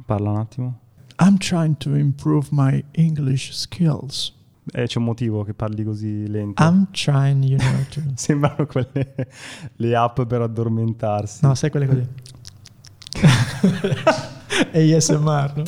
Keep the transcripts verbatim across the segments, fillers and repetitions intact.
Parla un attimo. I'm trying to improve my English skills. Eh, c'è un motivo che parli così lento. I'm trying, you know, to... Sembrano quelle le app per addormentarsi. No, sai quelle così. A S M R, no?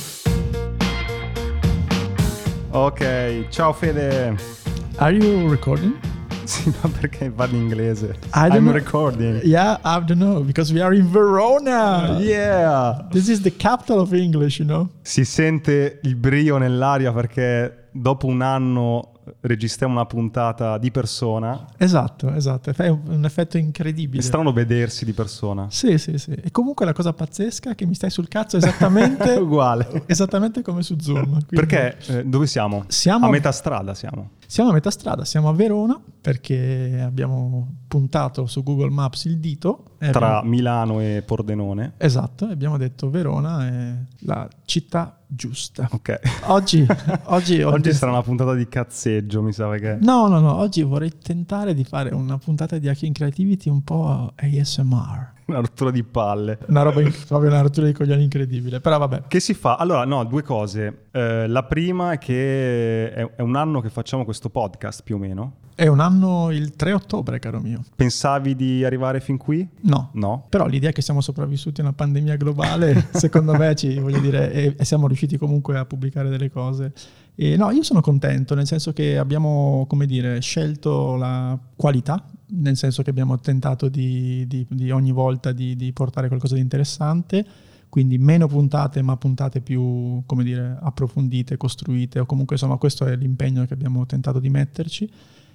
Ok, ciao Fede. Are you recording? Sì, ma perché parli inglese? I don't I'm know. recording. Yeah, I don't know, because we are in Verona. Yeah. This is the capital of English, you know? Si sente il brio nell'aria perché dopo un anno registriamo una puntata di persona. Esatto, esatto. È un, un effetto incredibile. È strano vedersi di persona. Sì, sì, sì. E comunque la cosa pazzesca è che mi stai sul cazzo esattamente uguale. Esattamente come su Zoom. Quindi Perché eh, dove siamo? Siamo a metà strada siamo. Siamo a metà strada, siamo a Verona perché abbiamo puntato su Google Maps il dito. E Tra abbiamo... Milano e Pordenone. Esatto, e abbiamo detto Verona è la città giusta. Ok. Oggi, oggi, oggi sarà una puntata di cazzeggio, mi sa che... No, no, no, oggi vorrei tentare di fare una puntata di Hacking Creativity un po' A S M R. Una rottura di palle. Una roba, in... proprio una rottura di coglioni incredibile, però vabbè. Che si fa? Allora, no, due cose. Eh, la prima è che è, è un anno che facciamo questo podcast, più o meno. È un anno il tre ottobre, caro mio. Pensavi di arrivare fin qui? No. No. Però l'idea che siamo sopravvissuti a una pandemia globale, secondo me ci, voglio dire, e, e siamo riusciti comunque a pubblicare delle cose. E no, io sono contento, nel senso che abbiamo, come dire, scelto la qualità, nel senso che abbiamo tentato di, di, di ogni volta di, di portare qualcosa di interessante, quindi meno puntate ma puntate più, come dire, approfondite, costruite, o comunque insomma questo è l'impegno che abbiamo tentato di metterci.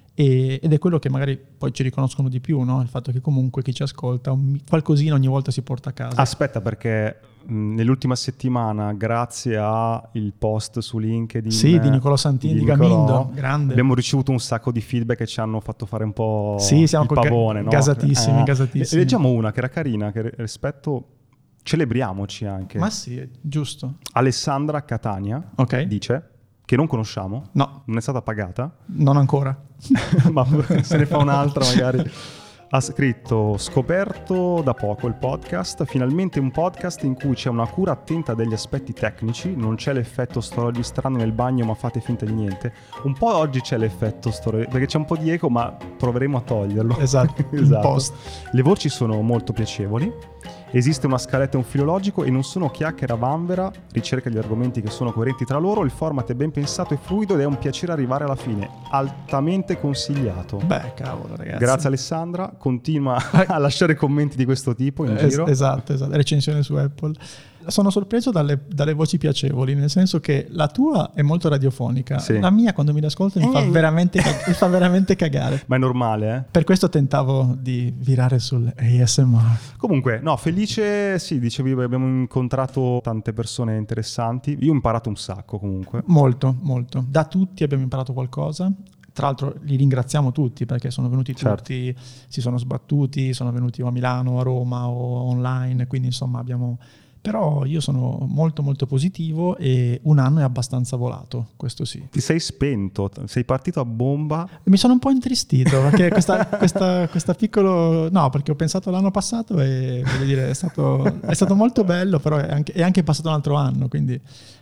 E, ed è quello che magari poi ci riconoscono di più, no? Il fatto che comunque chi ci ascolta un, qualcosina ogni volta si porta a casa. Aspetta, perché mh, nell'ultima settimana, grazie al post su LinkedIn, sì, di Nicolò Santini di, di Gamindo, grande, abbiamo ricevuto un sacco di feedback che ci hanno fatto fare un po' sì, siamo il pavone, ga- no? gasatissimi, eh, gasatissimi. Leggiamo una che era carina, che rispetto celebriamoci anche. Ma sì, giusto. Alessandra Catania, okay, dice che non conosciamo, no, non è stata pagata, non ancora, ma se ne fa un'altra magari. Ha scritto: scoperto da poco il podcast, finalmente un podcast in cui c'è una cura attenta degli aspetti tecnici, non c'è l'effetto sto registrando nel bagno ma fate finta di niente. Un po' oggi c'è l'effetto sto re- perché c'è un po' di eco, ma proveremo a toglierlo. Esatto, esatto. Post. Le voci sono molto piacevoli, esiste una scaletta e un filo logico e non sono chiacchiera vanvera, ricerca gli argomenti che sono coerenti tra loro, il format è ben pensato e fluido ed è un piacere arrivare alla fine, altamente consigliato. Beh, cavolo ragazzi. Grazie Alessandra, continua a lasciare commenti di questo tipo in es- giro. Esatto, esatto, recensione su Apple. Sono sorpreso dalle, dalle voci piacevoli, nel senso che la tua è molto radiofonica, sì. La mia quando mi l'ascolto mi, eh. fa veramente, mi fa veramente cagare. Ma è normale, eh? Per questo tentavo di virare sul A S M R. Comunque, no, felice, sì, dicevi, abbiamo incontrato tante persone interessanti, io ho imparato un sacco comunque. Molto, molto. Da tutti abbiamo imparato qualcosa. Tra l'altro li ringraziamo tutti perché sono venuti certo. tutti, si sono sbattuti, sono venuti o a Milano, a Roma o online, quindi insomma abbiamo... Però io sono molto molto positivo e un anno è abbastanza volato, questo sì. Ti sei spento, sei partito a bomba. Mi sono un po' intristito perché questa, questa, questa piccolo... No, perché ho pensato all'anno passato e voglio dire è stato, è stato molto bello, però è anche, è anche passato un altro anno, quindi...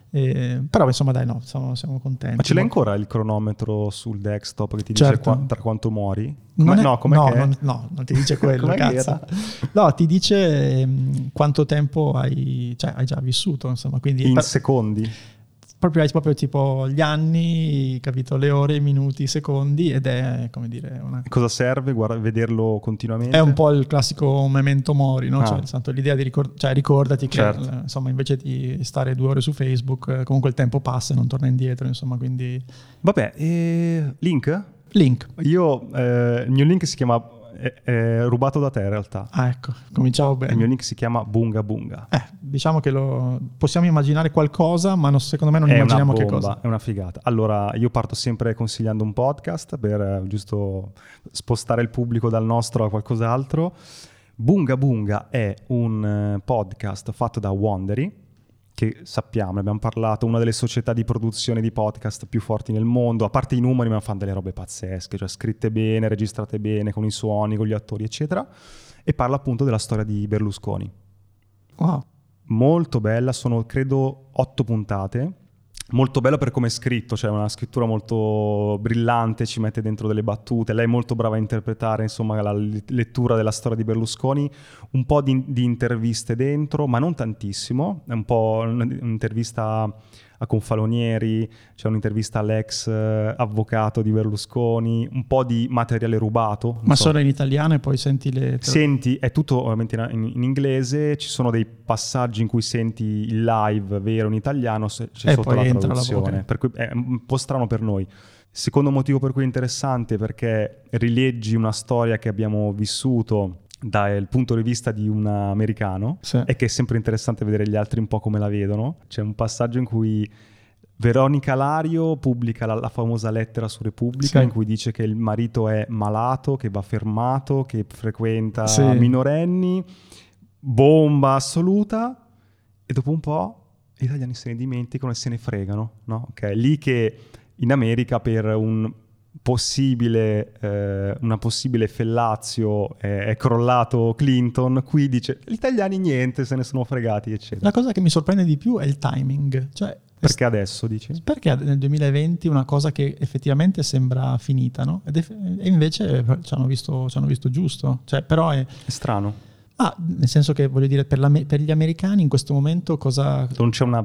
Eh, però insomma dai no, siamo, siamo contenti. Ma ce l'hai ancora il cronometro sul desktop che ti dice certo. qua, tra quanto muori? Non è, no, com'è no, che non, no, non ti dice quello, cazzo. No, ti dice ehm, quanto tempo hai, cioè, hai già vissuto, insomma. Quindi in per, secondi? Proprio hai proprio tipo gli anni, capito, le ore, i minuti, i secondi, ed è come dire una... Cosa serve? Guarda, vederlo continuamente? È un po' il classico memento mori, no? Ah. Cioè, tanto l'idea di ricord- cioè, ricordati che certo. insomma invece di stare due ore su Facebook, comunque il tempo passa e non torna indietro, insomma, quindi... Vabbè, e... link? Link. Io, eh, il mio link si chiama... È, è rubato da te in realtà. Ah, ecco, cominciamo bene. Il mio link si chiama Bunga Bunga. Eh, diciamo che lo possiamo immaginare qualcosa, ma non, secondo me non è immaginiamo una bomba, che cosa. È una figata. Allora, io parto sempre consigliando un podcast per eh, giusto spostare il pubblico dal nostro a qualcos'altro. Bunga Bunga è un eh, podcast fatto da Wondery, che sappiamo, ne abbiamo parlato, una delle società di produzione di podcast più forti nel mondo. A parte i numeri, ma fanno delle robe pazzesche, cioè scritte bene, registrate bene, con i suoni, con gli attori, eccetera. E parla appunto della storia di Berlusconi. Wow. molto bella, sono credo otto puntate. Molto bello per come è scritto, cioè una scrittura molto brillante, ci mette dentro delle battute, lei è molto brava a interpretare, insomma, la lettura della storia di Berlusconi, un po' di, di interviste dentro, ma non tantissimo, è un po' un'intervista a Confalonieri, c'è un'intervista all'ex eh, avvocato di Berlusconi, un po' di materiale rubato. Ma so. Solo in italiano e poi senti le... Senti, è tutto ovviamente in, in inglese, ci sono dei passaggi in cui senti il live vero in italiano, c'è e sotto poi la entra traduzione, la per cui è un po' strano per noi. Secondo motivo per cui è interessante, perché rileggi una storia che abbiamo vissuto dal punto di vista di un americano, sì. E che è sempre interessante vedere gli altri un po' come la vedono. C'è un passaggio in cui Veronica Lario pubblica la, la famosa lettera su Repubblica, sì. In cui dice che il marito è malato, che va fermato, che frequenta sì. minorenni, bomba assoluta, e dopo un po' gli italiani se ne dimenticano e se ne fregano, no? Okay. Lì che in America per un possibile eh, una possibile fellazio eh, è crollato Clinton, qui dice gli italiani niente, se ne sono fregati, eccetera. La cosa che mi sorprende di più è il timing, cioè perché adesso dici? Perché nel duemilaventi una cosa che effettivamente sembra finita, no? Ed eff- e invece ci hanno visto, ci hanno visto giusto, cioè però è, è strano. Ah, nel senso che voglio dire per, la, per gli americani in questo momento cosa non c'è una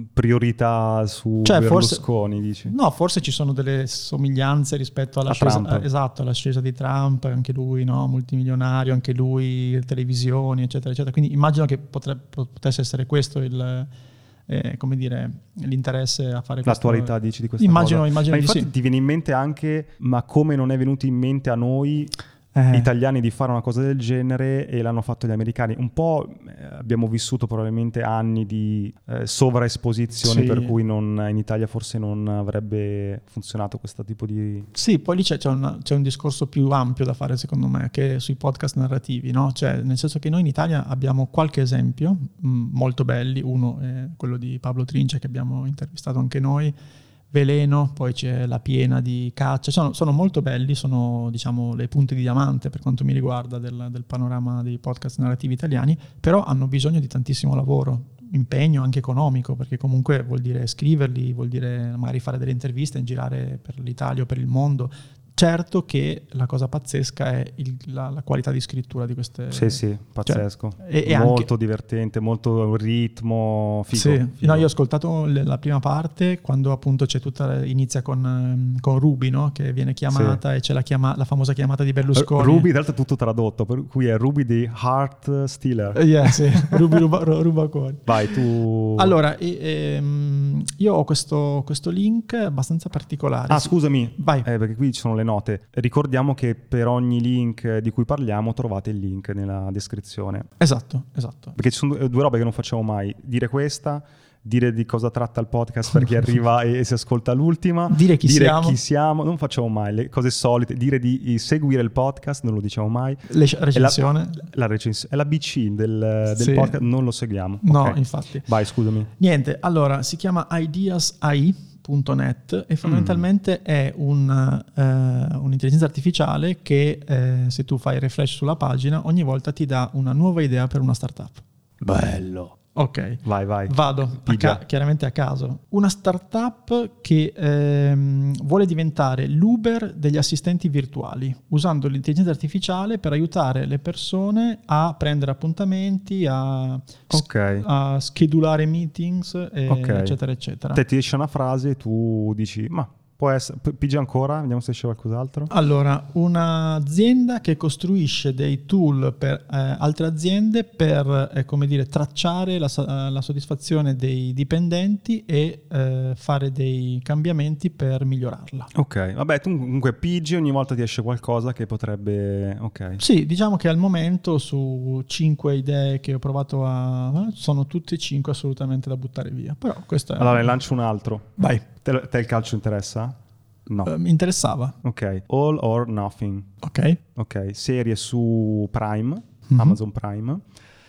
priorità su cioè, Berlusconi, forse, dici? No, forse ci sono delle somiglianze rispetto alla scesa, esatto, all'ascesa di Trump, anche lui, no, multimilionario, anche lui, televisioni, eccetera, eccetera. Quindi immagino che potrebbe, potesse essere questo il, eh, come dire, l'interesse a fare l'attualità, questo. dici, di questa immagino, cosa. Immagino ma infatti di sì. Ti viene in mente anche, ma come non è venuto in mente a noi Eh. italiani di fare una cosa del genere e l'hanno fatto gli americani? Un po' eh, abbiamo vissuto probabilmente anni di eh, sovraesposizione, sì. Per cui non, in Italia forse non avrebbe funzionato questo tipo di... Sì, poi lì c'è, c'è, un, c'è un discorso più ampio da fare secondo me che sui podcast narrativi, no? Cioè nel senso che noi in Italia abbiamo qualche esempio mh, molto belli, uno è quello di Pablo Trincia che abbiamo intervistato anche noi, Veleno, poi c'è La Piena di Caccia, sono, sono molto belli, sono diciamo le punte di diamante per quanto mi riguarda del, del panorama dei podcast narrativi italiani, però hanno bisogno di tantissimo lavoro, impegno anche economico, perché comunque vuol dire scriverli, vuol dire magari fare delle interviste, girare per l'Italia o per il mondo. Certo che la cosa pazzesca è il, la, la qualità di scrittura di queste... Sì, sì, pazzesco. Cioè, e, e molto anche... divertente, molto ritmo, figo. Sì, figo. No, io ho ascoltato le, la prima parte quando appunto c'è tutta, inizia con, con Ruby, no? Che viene chiamata sì. E c'è la, chiama, la famosa chiamata di Berlusconi. Ruby, tra l'altro è tutto tradotto, per cui è Ruby di Heart Stealer. Yeah, sì, Ruby ruba, ruba cuori. Vai, tu... Allora, e, e, io ho questo, questo link abbastanza particolare. Ah, scusami, vai. Eh, perché qui ci sono le note. Ricordiamo che per ogni link di cui parliamo trovate il link nella descrizione. Esatto, esatto. Perché ci sono due robe che non facciamo mai. Dire questa, dire di cosa tratta il podcast per chi arriva e, e si ascolta l'ultima. Dire chi dire siamo. chi siamo, non facciamo mai. Le cose solite. Dire di, di seguire il podcast, non lo diciamo mai. Le recensione. La, la recensione. È l'A B C del, del sì. podcast, non lo seguiamo. No, okay. Infatti. Vai, scusami. Niente, allora, si chiama Ideas A I punto net e fondamentalmente mm. è un, uh, un'intelligenza artificiale che eh, se tu fai refresh sulla pagina ogni volta ti dà una nuova idea per una startup. Bello. Ok, vai, vai. Vado a ca- chiaramente a caso. Una startup che ehm, vuole diventare l'Uber degli assistenti virtuali, usando l'intelligenza artificiale per aiutare le persone a prendere appuntamenti, a, okay. a schedulare meetings, e okay. eccetera, eccetera. Te ti esce una frase e tu dici, ma può essere, pigi ancora, vediamo se esce qualcos'altro. Allora, un'azienda che costruisce dei tool per eh, altre aziende per, eh, come dire, tracciare la, la soddisfazione dei dipendenti e eh, fare dei cambiamenti per migliorarla. Ok, vabbè, tu comunque pigi, ogni volta ti esce qualcosa che potrebbe... Ok. Sì, diciamo che al momento su cinque idee che ho provato a... sono tutte e cinque assolutamente da buttare via. Però questo è... Allora, ne lancio un altro. Vai. Te, te il calcio interessa? No. Uh, mi interessava. Ok. All or Nothing. Ok. Ok. Serie su Prime, mm-hmm. Amazon Prime,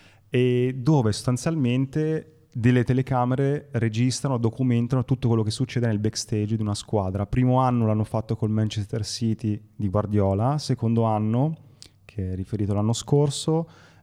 e dove sostanzialmente delle telecamere registrano, documentano tutto quello che succede nel backstage di una squadra. Primo anno l'hanno fatto col Manchester City di Guardiola, secondo anno, che è riferito l'anno scorso,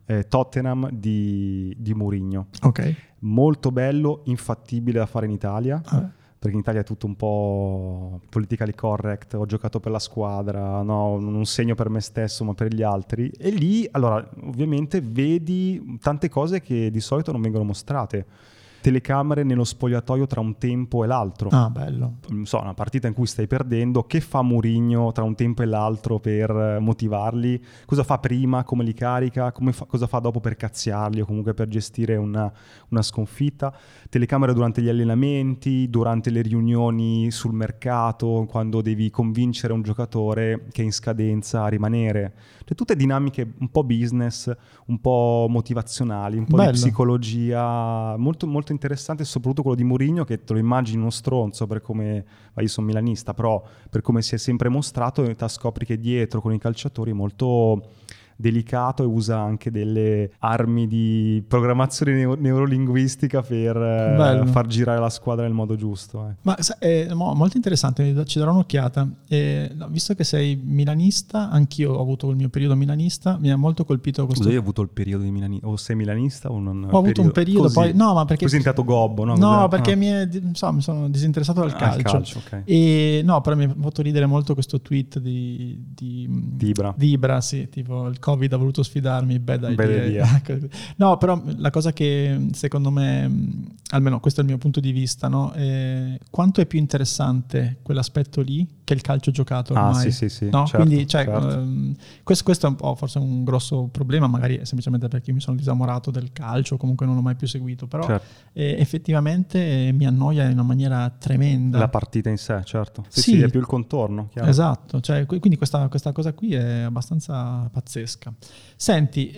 eh, Tottenham di, di Mourinho. Ok. Molto bello, infattibile da fare in Italia. Ah. Perché in Italia è tutto un po' politically correct, ho giocato per la squadra, no, non segno per me stesso ma per gli altri. E lì, allora, ovviamente vedi tante cose che di solito non vengono mostrate. Telecamere nello spogliatoio tra un tempo e l'altro. Ah, bello. Non so, una partita in cui stai perdendo, che fa Mourinho tra un tempo e l'altro per motivarli? Cosa fa prima, come li carica, come fa, cosa fa dopo per cazziarli o comunque per gestire una, una sconfitta? Telecamere durante gli allenamenti, durante le riunioni sul mercato, quando devi convincere un giocatore che è in scadenza a rimanere. Cioè tutte dinamiche un po' business, un po' motivazionali, un po' Bello. di psicologia, molto, molto interessante, soprattutto quello di Mourinho, che te lo immagini uno stronzo per come, ma io sono milanista, però per come si è sempre mostrato, in realtà scopri che dietro con i calciatori è molto delicato e usa anche delle armi di programmazione neo- neurolinguistica per eh, far girare la squadra nel modo giusto. Eh. Ma è molto interessante, ci darò un'occhiata. E, visto che sei milanista, anch'io ho avuto il mio periodo milanista, mi ha molto colpito questo. Scusa, io ho avuto il periodo di milanista, o sei milanista o non? Ho avuto un periodo, così, poi no, ma perché così è entrato Gobbo, no? No, Cos'è? perché ah. mi, è, so, mi sono disinteressato dal Ah, calcio. calcio okay. E no, però mi ha fatto ridere molto questo tweet di di, di Ibra. Di Ibra, sì, tipo il Covid ha voluto sfidarmi, bad idea. Bad idea. No, però la cosa che secondo me, almeno questo è il mio punto di vista, no? Eh, quanto è più interessante quell'aspetto lì che il calcio giocato ormai. Ah, sì, sì, sì. No? Certo, Quindi, cioè, certo. ehm, questo, questo è un po' forse un grosso problema, magari è semplicemente perché mi sono disamorato del calcio, comunque non l'ho mai più seguito, però certo. eh, effettivamente eh, mi annoia in una maniera tremenda. La partita in sé, certo. Sì, sì, sì, è più il contorno. Chiaro. Esatto, cioè, quindi questa, questa cosa qui è abbastanza pazzesca. Senti,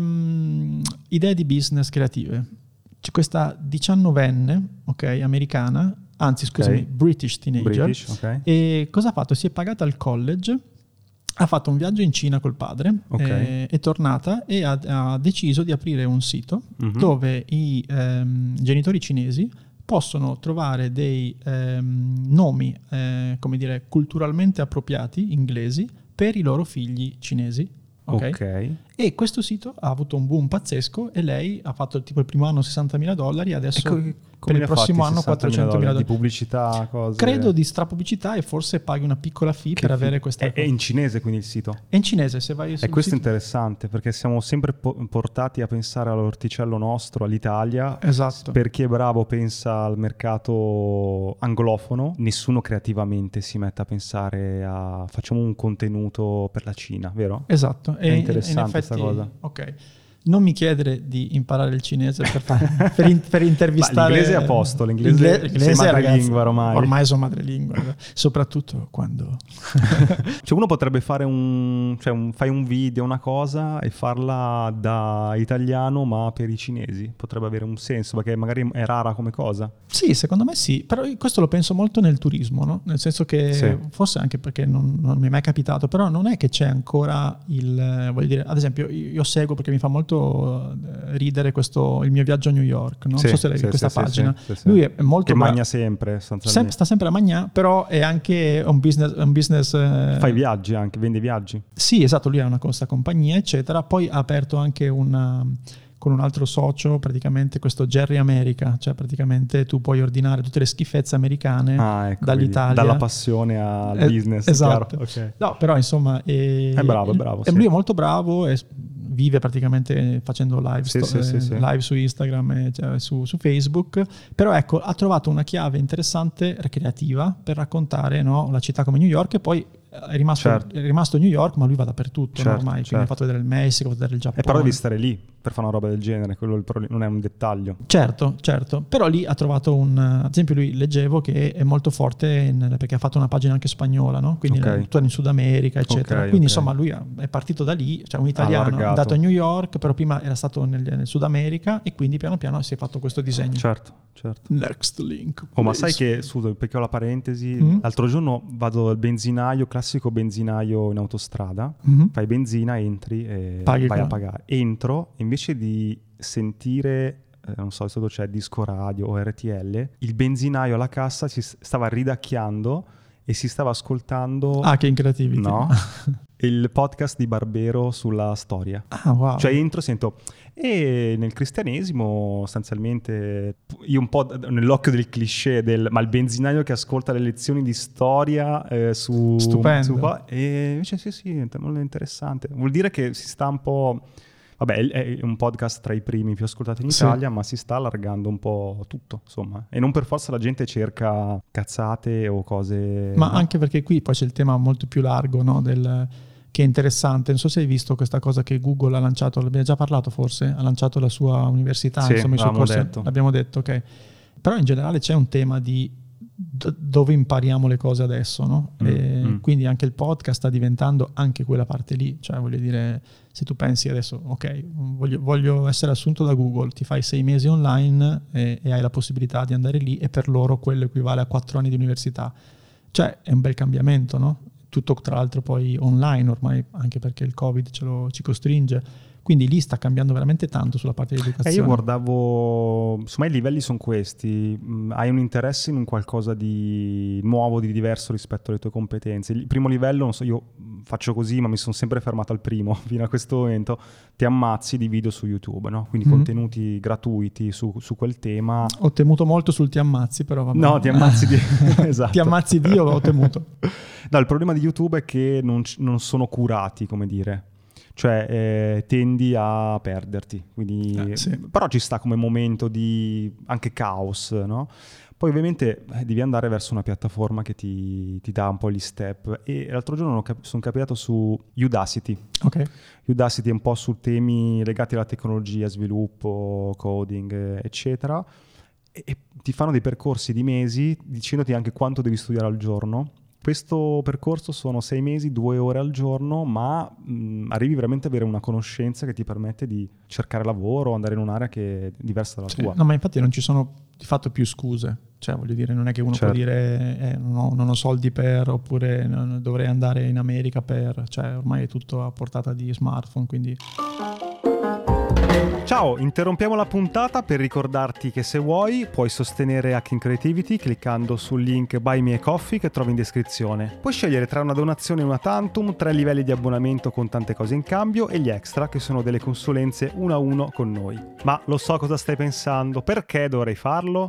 ehm, idee di business creative. C'è questa diciannovenne, ok, americana, anzi scusami, okay. British teenager. British, okay. E cosa ha fatto? Si è pagata al college, ha fatto un viaggio in Cina col padre, okay. eh, è tornata e ha, ha deciso di aprire un sito mm-hmm. dove i ehm, genitori cinesi possono trovare dei ehm, nomi, eh, come dire, culturalmente appropriati, inglesi, per i loro figli cinesi. Okay? ok. E questo sito ha avuto un boom pazzesco e lei ha fatto tipo il primo anno sessantamila dollari, adesso co- per il prossimo anno quattrocentomila dollari. Di pubblicità, cose... Credo di strapubblicità e forse paghi una piccola fee che per fi- avere questa... È, è in cinese quindi il sito? È in cinese, se vai sul E questo sito... è interessante perché siamo sempre po- portati a pensare all'orticello nostro, all'Italia. Esatto. Per chi è bravo pensa al mercato anglofono, nessuno creativamente si mette a pensare a facciamo un contenuto per la Cina, vero? Esatto. È e interessante in effetti, questa cosa. Ok. Non mi chiedere di imparare il cinese per, fare, per, in, per intervistare... Ma l'inglese è a posto, l'inglese, Ingle- l'inglese sei madrelingua ragazzi, ormai. Ormai sono madrelingua, soprattutto quando... Cioè uno potrebbe fare un... cioè un, fai un video, una cosa e farla da italiano ma per i cinesi. Potrebbe avere un senso perché magari è rara come cosa. Sì, secondo me sì, però questo lo penso molto nel turismo, no? Nel senso che sì. forse anche perché non, non mi è mai capitato, però non è che c'è ancora il... voglio dire, ad esempio io seguo perché mi fa molto ridere questo il mio viaggio a New York, no? Sì, non so se l'hai sì, questa sì, pagina sì, sì, lui è molto che bra- magna sempre Sem- sta sempre a magnà, però è anche un business, un business eh... fai viaggi anche, vende viaggi, sì esatto, lui ha una questa compagnia eccetera, poi ha aperto anche una con un altro socio praticamente questo Jerry America, cioè praticamente tu puoi ordinare tutte le schifezze americane ah, ecco, dall'Italia. Dalla passione al eh, business. Esatto. Okay. No, però insomma... È, è bravo, è bravo. E sì. lui è molto bravo e vive praticamente facendo live, sì, sto- sì, eh, sì, sì. live su Instagram e cioè, su, su Facebook, però ecco, ha trovato una chiave interessante, creativa, per raccontare no, la città come New York e poi è rimasto, certo. è rimasto a New York, ma lui va dappertutto certo, no, ormai, certo. quindi ha fatto vedere il Messico, ha fatto vedere il Giappone. E però devi stare lì per fare una roba del genere, quello il pro- non è un dettaglio. Certo, certo, però lì ha trovato un, ad esempio lui leggevo che è molto forte in, perché ha fatto una pagina anche spagnola, no? Quindi okay. tu in Sud America, eccetera. Okay, quindi okay. insomma lui è partito da lì, cioè un italiano, Allargato. è andato a New York, però prima era stato nel, nel Sud America e quindi piano piano si è fatto questo disegno. Certo, certo. Next link. Oh, ma sai che, scusa, perché ho la parentesi, mm-hmm. l'altro giorno vado al benzinaio, classico benzinaio in autostrada, mm-hmm. fai benzina, entri e Paghi vai qua. a pagare. Entro, invece di sentire, eh, non so, se c'è disco radio o R T L, il benzinaio alla cassa si stava ridacchiando e si stava ascoltando... Ah, che increativity. No? Il podcast di Barbero sulla storia. Ah, wow. Cioè entro e sento... E nel cristianesimo sostanzialmente io un po' nell'occhio del cliché del ma il benzinaio che ascolta le lezioni di storia eh, su... Stupendo. Su qua, e invece sì sì, è molto interessante. Vuol dire che si sta un po'... Vabbè, è un podcast tra i primi più ascoltati in Italia, sì. Ma si sta allargando un po' tutto, insomma. E non per forza la gente cerca cazzate o cose... Ma no? Anche perché qui poi c'è il tema molto più largo, no? Del... che è interessante. Non so se hai visto questa cosa che Google ha lanciato, l'abbiamo già parlato forse, ha lanciato la sua università, sì, insomma i suoi corsi, detto. L'abbiamo detto, ok. Però in generale c'è un tema di d- dove impariamo le cose adesso, no? Mm, e mm. Quindi anche il podcast sta diventando anche quella parte lì, cioè voglio dire, se tu pensi adesso, ok, voglio, voglio essere assunto da Google, ti fai sei mesi online e, e hai la possibilità di andare lì e per loro quello equivale a quattro anni di università. Cioè è un bel cambiamento, no? Tutto tra l'altro poi online ormai, anche perché il Covid ce lo, ci costringe, quindi lì sta cambiando veramente tanto sulla parte di educazione. Eh, io guardavo, insomma i livelli sono questi, mm, hai un interesse in un qualcosa di nuovo, di diverso rispetto alle tue competenze. Il primo livello, non so, io faccio così ma mi sono sempre fermato al primo fino a questo momento, ti ammazzi di video su YouTube, no? Quindi mm-hmm. contenuti gratuiti su, su quel tema. Ho temuto molto sul ti ammazzi, però vabbè. No, ti ammazzi di... esatto. Ti ammazzi di io, ho temuto. No, il problema di YouTube è che non, non sono curati, come dire. Cioè eh, tendi a perderti, quindi, eh, sì. Però ci sta come momento di anche caos, no? Poi ovviamente eh, devi andare verso una piattaforma che ti, ti dà un po' gli step, e l'altro giorno cap- sono capitato su Udacity. Ok. Udacity è un po' su temi legati alla tecnologia, sviluppo, coding, eccetera, e, e ti fanno dei percorsi di mesi dicendoti anche quanto devi studiare al giorno. Questo percorso sono sei mesi, due ore al giorno, ma mh, arrivi veramente ad avere una conoscenza che ti permette di cercare lavoro, andare in un'area che è diversa dalla sì. tua. No, ma infatti non ci sono di fatto più scuse. Cioè, voglio dire, non è che uno certo. può dire eh, non, ho, non ho soldi per, oppure non, dovrei andare in America per... Cioè, ormai è tutto a portata di smartphone, quindi... Ciao, interrompiamo la puntata per ricordarti che se vuoi puoi sostenere Hacking Creativity cliccando sul link Buy Me a Coffee che trovi in descrizione. Puoi scegliere tra una donazione e una tantum, tre livelli di abbonamento con tante cose in cambio e gli extra che sono delle consulenze uno a uno con noi. Ma lo so cosa stai pensando, perché dovrei farlo?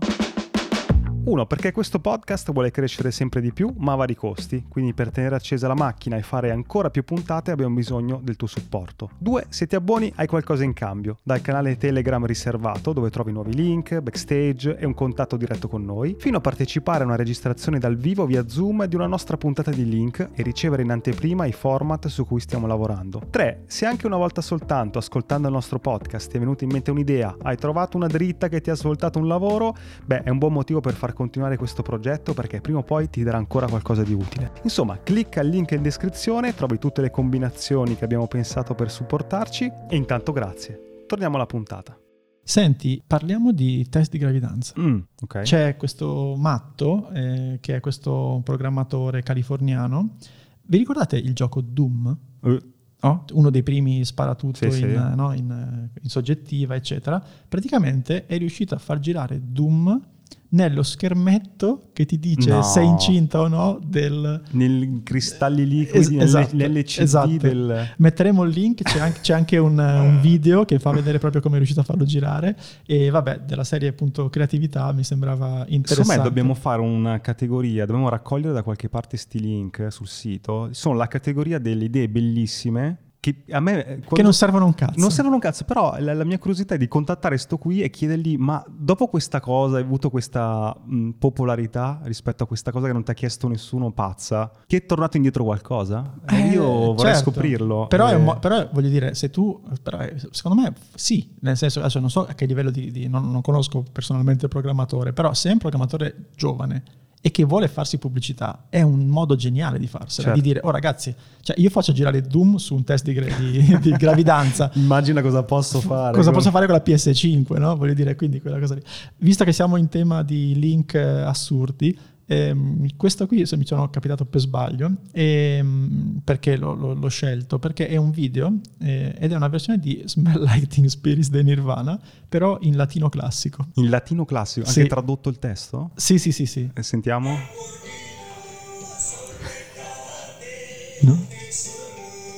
Uno, perché questo podcast vuole crescere sempre di più, ma a vari costi, quindi per tenere accesa la macchina e fare ancora più puntate abbiamo bisogno del tuo supporto. Due, se ti abboni hai qualcosa in cambio, dal canale Telegram riservato dove trovi nuovi link, backstage e un contatto diretto con noi, fino a partecipare a una registrazione dal vivo via Zoom di una nostra puntata di Link e ricevere in anteprima i format su cui stiamo lavorando. Tre, se anche una volta soltanto ascoltando il nostro podcast ti è venuta in mente un'idea, hai trovato una dritta che ti ha svoltato un lavoro, beh è un buon motivo per far continuare questo progetto perché prima o poi ti darà ancora qualcosa di utile. Insomma, clicca il link in descrizione, trovi tutte le combinazioni che abbiamo pensato per supportarci e intanto grazie. Torniamo alla puntata. Senti, parliamo di test di gravidanza. Mm, okay. C'è questo matto eh, che è questo programmatore californiano. Vi ricordate il gioco Doom? Uh. Oh, uno dei primi sparatutto sì, in, sì. No, in, in soggettiva, eccetera. Praticamente è riuscito a far girare Doom nello schermetto che ti dice no. sei incinta o no del... Nei cristalli liquidi, es- esatto, nell'L C D esatto. del... Metteremo il link, c'è anche, c'è anche un, un video che fa vedere proprio come è riuscito a farlo girare e vabbè, della serie appunto creatività mi sembrava interessante. Secondo me dobbiamo fare una categoria, dobbiamo raccogliere da qualche parte sti link sul sito, sono la categoria delle idee bellissime che a me che non servono un cazzo non servono un cazzo, però la, la mia curiosità è di contattare sto qui e chiedergli ma dopo questa cosa hai avuto questa mh, popolarità rispetto a questa cosa che non ti ha chiesto nessuno, pazza, che è tornato indietro qualcosa eh, eh, io vorrei certo. scoprirlo però, eh. è un mo- però voglio dire se tu però secondo me sì, nel senso adesso non so a che livello di, di non, non conosco personalmente il programmatore, però se è un programmatore giovane e che vuole farsi pubblicità, è un modo geniale di farsela, certo. di dire, oh ragazzi, cioè io faccio girare Doom su un test di, gra- di, di gravidanza. Immagina cosa posso fare. Cosa con... posso fare con la P S cinque, no? Voglio dire, quindi quella cosa lì. Visto che siamo in tema di link assurdi, ehm, questo qui mi sono capitato per sbaglio, ehm, perché l'ho, l'ho, l'ho scelto? Perché è un video eh, ed è una versione di Smell Like Teen Spirit dei Nirvana, però in latino classico. In latino classico? Anche sì. Tradotto il testo? Sì, sì, sì, sì. E sentiamo? No?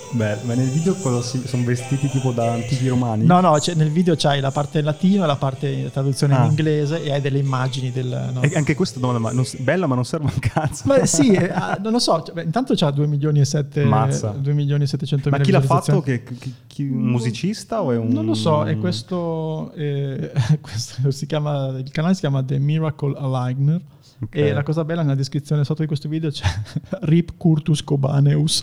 Beh, ma nel video cosa si, sono vestiti tipo da antichi romani? No, no, cioè nel video c'hai la parte in latino e la parte in traduzione Ah. in inglese e hai delle immagini del... No? E anche questa domanda, ma non, bella ma non serve un cazzo. Ma sì, eh, non lo so, cioè, beh, intanto c'ha due milioni e sette Mazza. due milioni e settecento Ma mila chi l'ha fatto? visualizzazioni. Che, chi, chi- un musicista o è un... Non lo so, è questo, eh, questo si chiama, il canale si chiama The Miracle Aligner. Ok. E la cosa bella nella descrizione sotto di questo video c'è Rip Curtus Cobaneus.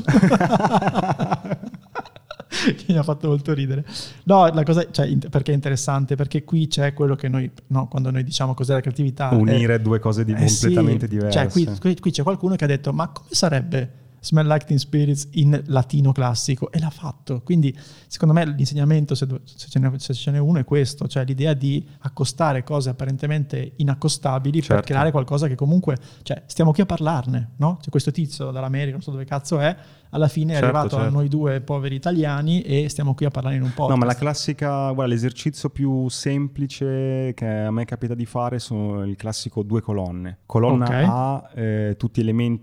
Che mi ha fatto molto ridere. No, la cosa, cioè, in- perché è interessante? Perché qui c'è quello che noi, no, quando noi diciamo cos'è la creatività, Unire è- due cose di eh sì, completamente diverse. Cioè, qui, qui- qui c'è qualcuno che ha detto: ma come sarebbe Smell Like Teen Spirits in latino classico? E l'ha fatto. Quindi, secondo me, l'insegnamento, se, do- se ce, n'è, se ce n'è uno, è questo: cioè l'idea di accostare cose apparentemente inaccostabili per Certo. creare qualcosa che comunque, cioè, stiamo qui a parlarne, no? C'è questo tizio dall'America, non so dove cazzo è, alla fine è Certo, arrivato a certo. noi due poveri italiani e stiamo qui a parlare in un podcast. No, ma la classica, guarda, l'esercizio più semplice che a me capita di fare sono il classico due colonne. Colonna Ok. A, eh, tutti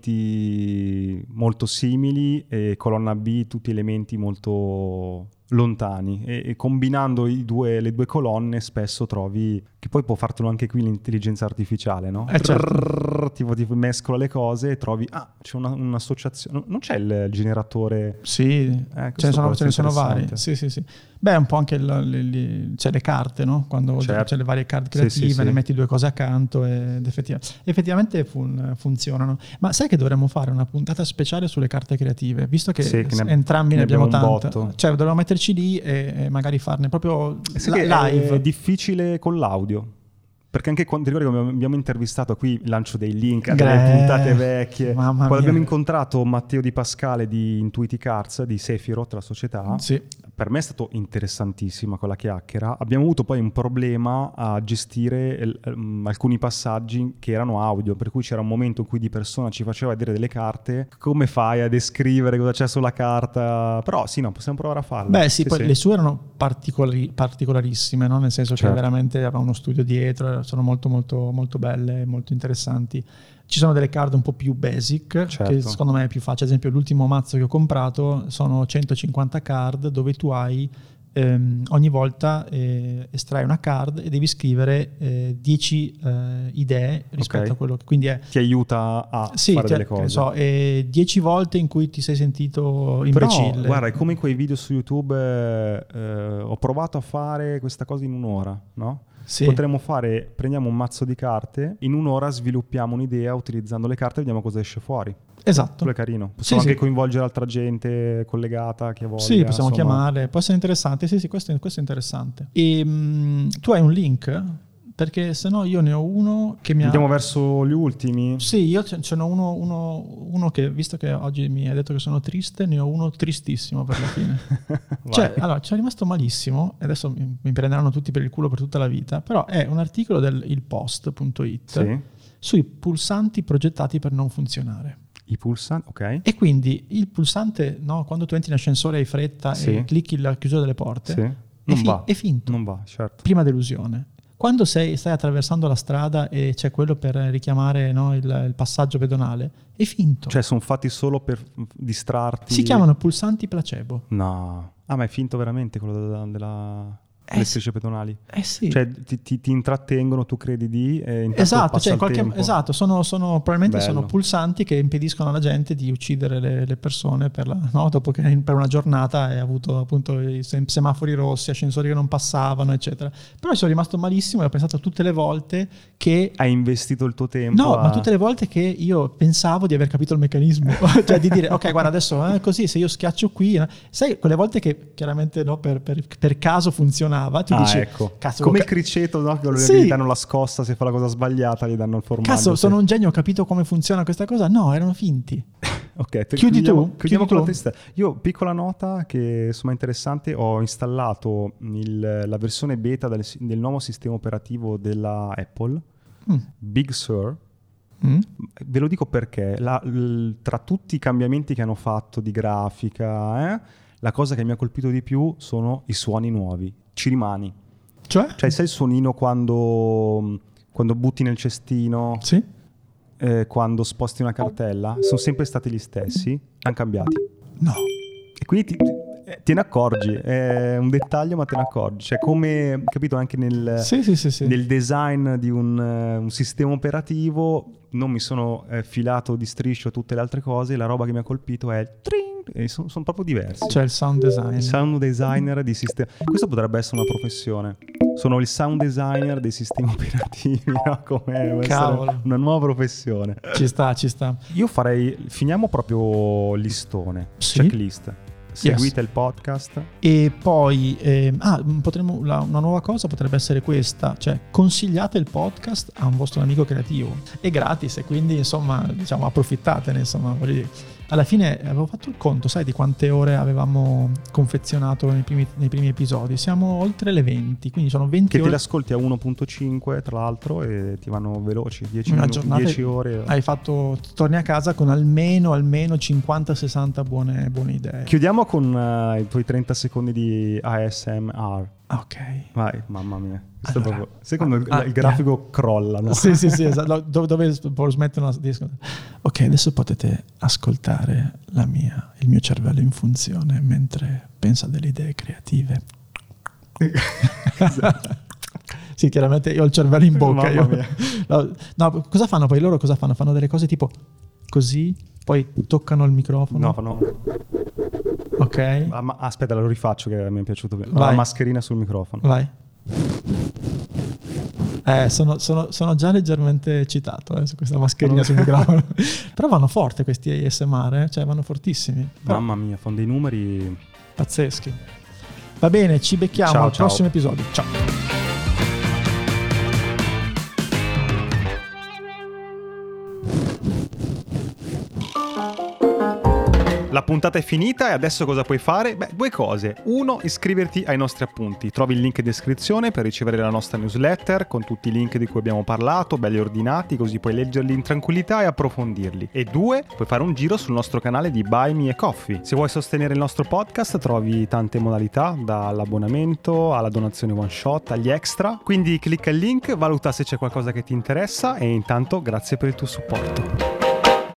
elementi molto simili, e colonna B, tutti elementi molto lontani. E, e combinando i due, le due colonne spesso trovi, che poi può fartelo anche qui l'intelligenza artificiale, no? Eh, certo. Trrr, tipo, tipo mescola le cose e trovi, ah, c'è una- un'associazione. Non c'è il generatore... Sì, questo ce ne sono, può ce ne essere sono vari. interessante. Sì, sì, sì. Beh, un po' anche il- le, le- c'è le carte, no? Quando Certo. c'è le varie carte Sì, creative, sì, sì. ne metti due cose accanto ed effettivamente, effettivamente fun- funzionano. Ma sai che dovremmo fare una puntata speciale sulle carte creative? Visto che, Sì, che ne- entrambi ne, ne abbiamo, abbiamo un tante. botto. Cioè, dovremmo metterci lì e, e magari farne proprio Sai la- che live. È difficile con l'audio. Perché anche quando ti ricordi che abbiamo intervistato qui, lancio dei link a delle Gra- puntate vecchie. Mamma Quando mia. abbiamo incontrato Matteo Di Pascale di Intuitive Cards, di Sephiroth, la società, Sì. per me è stato interessantissima quella chiacchiera. Abbiamo avuto poi un problema a gestire el- um, alcuni passaggi che erano audio, per cui c'era un momento in cui di persona ci faceva vedere delle carte. Come fai a descrivere cosa c'è sulla carta? Però sì, no, possiamo provare a farlo. Beh sì, poi le sue erano particolari- particolarissime, no? Nel senso Certo. che veramente aveva uno studio dietro, sono molto molto molto belle, molto interessanti. Ci sono delle card un po' più basic, Certo. che secondo me è più facile. Ad esempio l'ultimo mazzo che ho comprato sono centocinquanta card dove tu hai ehm, ogni volta eh, estrai una card e devi scrivere eh, dieci eh, idee rispetto Ok. a quello che... Quindi è Ti aiuta a sì, fare ti- delle che ne cose. so, eh, dieci volte in cui ti sei sentito Però, imbecille. guarda, è come in quei video su YouTube, eh, eh, ho provato a fare questa cosa in un'ora, no? Sì. Potremmo fare, prendiamo un mazzo di carte, in un'ora sviluppiamo un'idea utilizzando le carte e vediamo cosa esce fuori. Esatto. Quello è carino. Possiamo Sì, anche sì. coinvolgere altra gente collegata, chi voglia. Sì, possiamo insomma. chiamare, può essere interessante. Sì, sì, questo è, questo è interessante. E mh, tu hai un link? Perché se no io ne ho uno che mi ha... Andiamo verso gli ultimi. Sì, io ce, ce n'ho uno, uno, uno che, visto che oggi mi hai detto che sono triste, ne ho uno tristissimo per la fine. Cioè, Vai. allora, ci è rimasto malissimo, e adesso mi, mi prenderanno tutti per il culo per tutta la vita, però è un articolo del il post punto it Sì. sui pulsanti progettati per non funzionare. I pulsanti, ok. E quindi il pulsante, no, quando tu entri in ascensore hai fretta Sì. e clicchi la chiusura delle porte, Sì. è, Non fi- va. è finto. Non va, certo. Prima delusione. Quando sei, stai attraversando la strada e c'è quello per richiamare, no, il, il passaggio pedonale, è finto. Cioè, sono fatti solo per distrarti. Si chiamano pulsanti placebo. No. Ah, ma è finto veramente quello della... della... Eh le sì. strisce pedonali. Eh sì. Cioè ti, ti- ti intrattengono, tu credi di e intanto Esatto, passa cioè in il qualche, tempo. esatto sono, sono, probabilmente Bello. sono pulsanti che impediscono alla gente di uccidere le, le persone per la, no? Dopo che in- per una giornata hai avuto appunto i sem- semafori rossi, ascensori che non passavano, eccetera. Però ci sono rimasto malissimo e ho pensato tutte le volte che... Hai investito il tuo tempo No, a... ma tutte le volte che io pensavo di aver capito il meccanismo, cioè di dire ok guarda adesso eh, così se io schiaccio qui, eh, sai quelle volte che chiaramente no, per, per- per caso funzionava, tu Ah, dici ecco. cazzo, come ho il ca- criceto, no? Che Sì. gli danno la scossa se fa la cosa sbagliata, gli danno il formaggio. cazzo sì. sono un genio, ho capito come funziona questa cosa, no erano finti. Ok, te- Chiudi chiudiamo, tu, chiudiamo chiudi con tu. la tristezza. Io, piccola nota che insomma è interessante, ho installato il- la versione beta del, del nuovo sistema operativo della Apple, Mm. Big Sur. Mm. Ve lo dico perché la- l- tra tutti i cambiamenti che hanno fatto di grafica, eh, la cosa che mi ha colpito di più sono i suoni nuovi. Ci rimani. Cioè? Cioè, sai il suonino quando, quando butti nel cestino, Sì? eh, quando sposti una cartella? Sono sempre stati gli stessi, hanno cambiati. No. E quindi ti, te ne accorgi, è un dettaglio ma te ne accorgi, cioè come, capito, anche nel, sì, sì, sì, sì. nel design di un, un sistema operativo non mi sono eh, filato di striscio tutte le altre cose, la roba che mi ha colpito è il tring, e sono son proprio diversi. Cioè il sound design. Il sound designer di sistema. Questo potrebbe essere una professione. Sono il sound designer dei sistemi operativi, no? Come Cavolo. una nuova professione. Ci sta, ci sta. Io farei, finiamo proprio listone, Sì. checklist. Seguite Yes. il podcast. E poi, eh, ah, potremmo, la, una nuova cosa potrebbe essere questa, cioè consigliate il podcast a un vostro amico creativo. È gratis e quindi insomma, diciamo, approfittatene, insomma, voglio dire. Alla fine avevo fatto il conto, sai di quante ore avevamo confezionato nei primi, nei primi episodi? Siamo oltre le venti, quindi sono venti Che ore. te l'ascolti a uno virgola cinque tra l'altro e ti vanno veloci, dieci Una minuti, giornata dieci ore. Hai fatto, torni a casa con almeno, almeno cinquanta sessanta buone, buone idee. Chiudiamo con uh, i tuoi trenta secondi di A S M R. Ok. Vai, mamma mia. Questo Allora, è proprio, secondo il, ah, il grafico crolla, no? Sì, sì, sì, esatto. Dove, dove smettono di ascoltare. Ok, adesso potete ascoltare la mia, il mio cervello in funzione mentre pensa delle idee creative. Sì, chiaramente io ho il cervello in bocca. Io. No, no, cosa fanno poi loro? Cosa fanno? Fanno delle cose tipo così, poi toccano il microfono. No, fanno... Ok. Ah, ma, aspetta, lo rifaccio che mi è piaciuto. Vai. La mascherina sul microfono. Vai. Eh, sono, sono, sono già leggermente eccitato eh, su questa mascherina sul microfono. Però vanno forte questi A S M R, eh? Cioè vanno fortissimi. Però Mamma mia, fanno dei numeri pazzeschi. Va bene, ci becchiamo ciao, al ciao. prossimo episodio. Ciao. La puntata è finita e adesso cosa puoi fare? Beh, due cose. Uno, iscriverti ai nostri appunti. Trovi il link in descrizione per ricevere la nostra newsletter con tutti i link di cui abbiamo parlato, belli ordinati, così puoi leggerli in tranquillità e approfondirli. E due, puoi fare un giro sul nostro canale di Buy Me a Coffee. Se vuoi sostenere il nostro podcast trovi tante modalità, dall'abbonamento alla donazione one shot, agli extra. Quindi clicca il link, valuta se c'è qualcosa che ti interessa e intanto grazie per il tuo supporto.